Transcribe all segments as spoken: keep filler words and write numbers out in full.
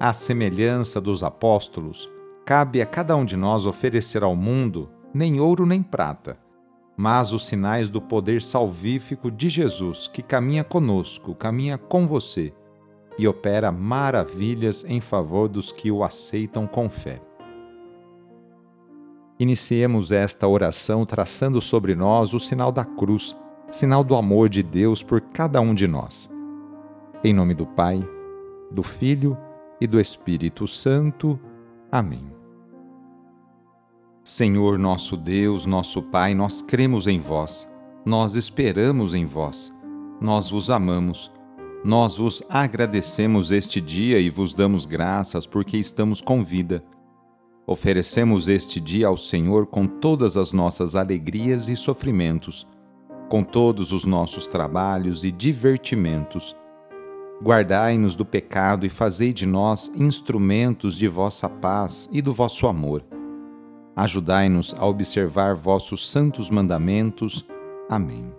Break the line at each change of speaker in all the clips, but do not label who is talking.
À semelhança dos apóstolos, cabe a cada um de nós oferecer ao mundo nem ouro nem prata, mas os sinais do poder salvífico de Jesus, que caminha conosco, caminha com você e opera maravilhas em favor dos que o aceitam com fé. Iniciemos esta oração traçando sobre nós o sinal da cruz, sinal do amor de Deus por cada um de nós. Em nome do Pai, do Filho e do Espírito Santo. Amém. Senhor nosso Deus, nosso Pai, nós cremos em vós, nós esperamos em vós, nós vos amamos, nós vos agradecemos este dia e vos damos graças porque estamos com vida. Oferecemos este dia ao Senhor com todas as nossas alegrias e sofrimentos, com todos os nossos trabalhos e divertimentos. Guardai-nos do pecado e fazei de nós instrumentos de vossa paz e do vosso amor. Ajudai-nos a observar vossos santos mandamentos. Amém.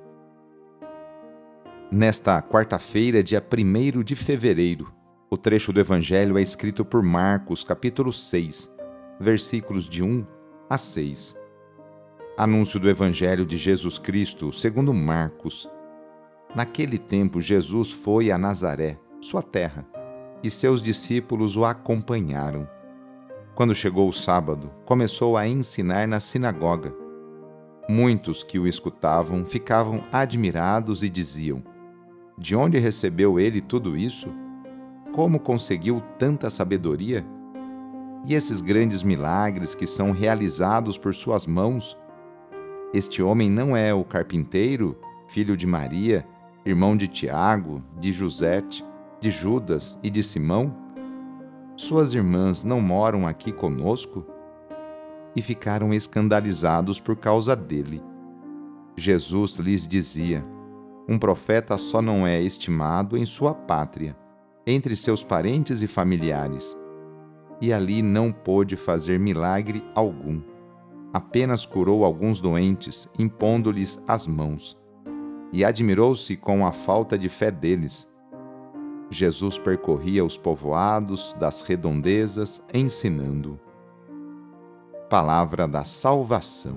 Nesta quarta-feira, dia primeiro de fevereiro, o trecho do Evangelho é escrito por Marcos, capítulo seis, versículos de um a seis. Anúncio do Evangelho de Jesus Cristo segundo Marcos. Naquele tempo, Jesus foi a Nazaré, sua terra, e seus discípulos o acompanharam. Quando chegou o sábado, começou a ensinar na sinagoga. Muitos que o escutavam ficavam admirados e diziam: de onde recebeu ele tudo isso? Como conseguiu tanta sabedoria? E esses grandes milagres que são realizados por suas mãos? Este homem não é o carpinteiro, filho de Maria, irmão de Tiago, de José, de Judas e de Simão? Suas irmãs não moram aqui conosco? E ficaram escandalizados por causa dele. Jesus lhes dizia: um profeta só não é estimado em sua pátria, entre seus parentes e familiares. E ali não pôde fazer milagre algum. Apenas curou alguns doentes, impondo-lhes as mãos. E admirou-se com a falta de fé deles. Jesus percorria os povoados das redondezas, ensinando. Palavra da salvação.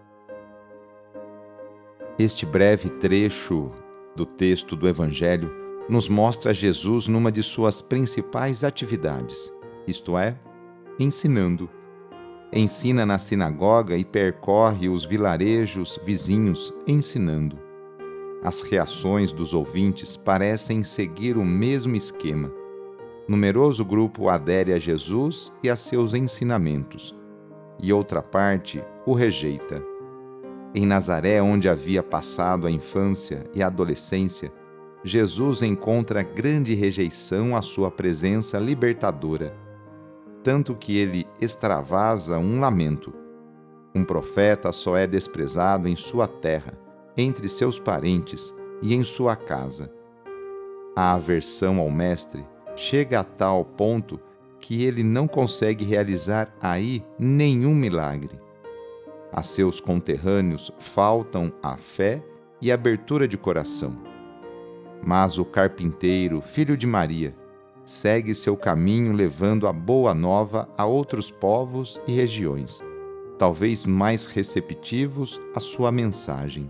Este breve trecho do texto do Evangelho nos mostra Jesus numa de suas principais atividades, isto é, ensinando. Ensina na sinagoga e percorre os vilarejos vizinhos, ensinando. As reações dos ouvintes parecem seguir o mesmo esquema. Numeroso grupo adere a Jesus e a seus ensinamentos, e outra parte o rejeita. Em Nazaré, onde havia passado a infância e a adolescência, Jesus encontra grande rejeição à sua presença libertadora, tanto que ele extravasa um lamento. Um profeta só é desprezado em sua terra, entre seus parentes e em sua casa. A aversão ao mestre chega a tal ponto que ele não consegue realizar aí nenhum milagre. A seus conterrâneos faltam a fé e a abertura de coração. Mas o carpinteiro, filho de Maria, segue seu caminho levando a boa nova a outros povos e regiões, talvez mais receptivos à sua mensagem.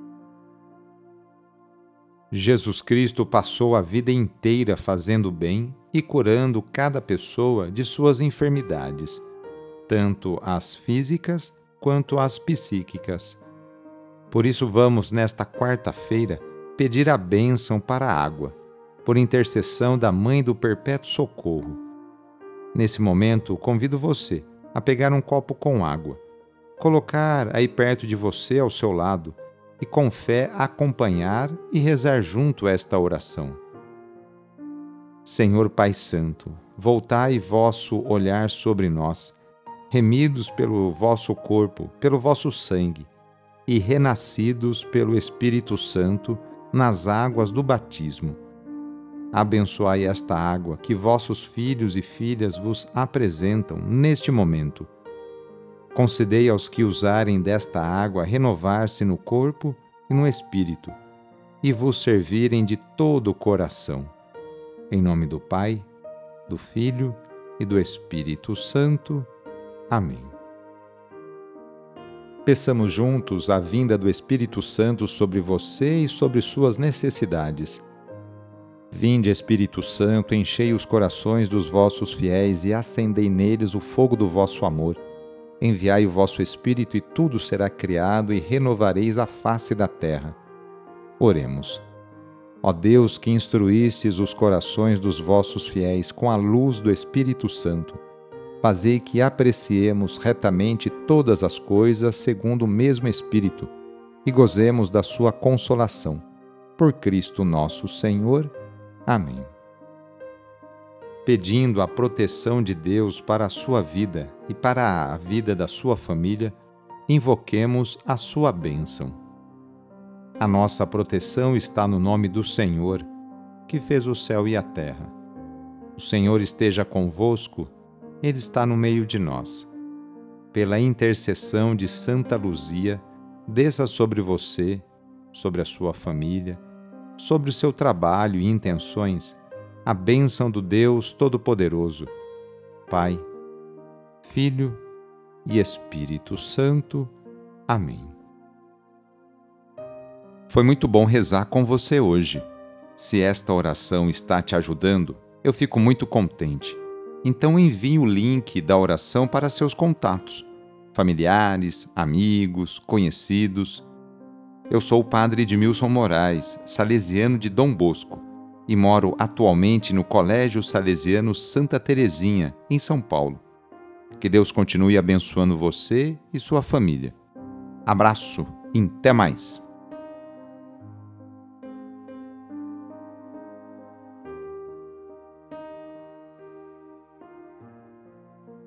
Jesus Cristo passou a vida inteira fazendo bem e curando cada pessoa de suas enfermidades, tanto as físicas quanto as psíquicas. Por isso vamos, nesta quarta-feira, pedir a bênção para a água, por intercessão da Mãe do Perpétuo Socorro. Nesse momento, convido você a pegar um copo com água, colocar aí perto de você, ao seu lado, e com fé acompanhar e rezar junto esta oração. Senhor Pai Santo, voltai vosso olhar sobre nós, remidos pelo vosso corpo, pelo vosso sangue, e renascidos pelo Espírito Santo nas águas do batismo. Abençoai esta água que vossos filhos e filhas vos apresentam neste momento. Concedei aos que usarem desta água renovar-se no corpo e no espírito, e vos servirem de todo o coração. Em nome do Pai, do Filho e do Espírito Santo. Amém. Peçamos juntos a vinda do Espírito Santo sobre você e sobre suas necessidades. Vinde, Espírito Santo, enchei os corações dos vossos fiéis e acendei neles o fogo do vosso amor. Enviai o vosso Espírito e tudo será criado e renovareis a face da terra. Oremos. Ó Deus, que instruístes os corações dos vossos fiéis com a luz do Espírito Santo, fazei que apreciemos retamente todas as coisas segundo o mesmo Espírito e gozemos da sua consolação. Por Cristo nosso Senhor. Amém. Pedindo a proteção de Deus para a sua vida e para a vida da sua família, invoquemos a sua bênção. A nossa proteção está no nome do Senhor, que fez o céu e a terra. O Senhor esteja convosco, Ele está no meio de nós. Pela intercessão de Santa Luzia, desça sobre você, sobre a sua família, sobre o seu trabalho e intenções, a bênção do Deus Todo-Poderoso, Pai, Filho e Espírito Santo. Amém. Foi muito bom rezar com você hoje. Se esta oração está te ajudando, eu fico muito contente. Então envie o link da oração para seus contatos, familiares, amigos, conhecidos. Eu sou o padre Edmilson Moraes, salesiano de Dom Bosco, e moro atualmente no Colégio Salesiano Santa Terezinha, em São Paulo. Que Deus continue abençoando você e sua família. Abraço e até mais!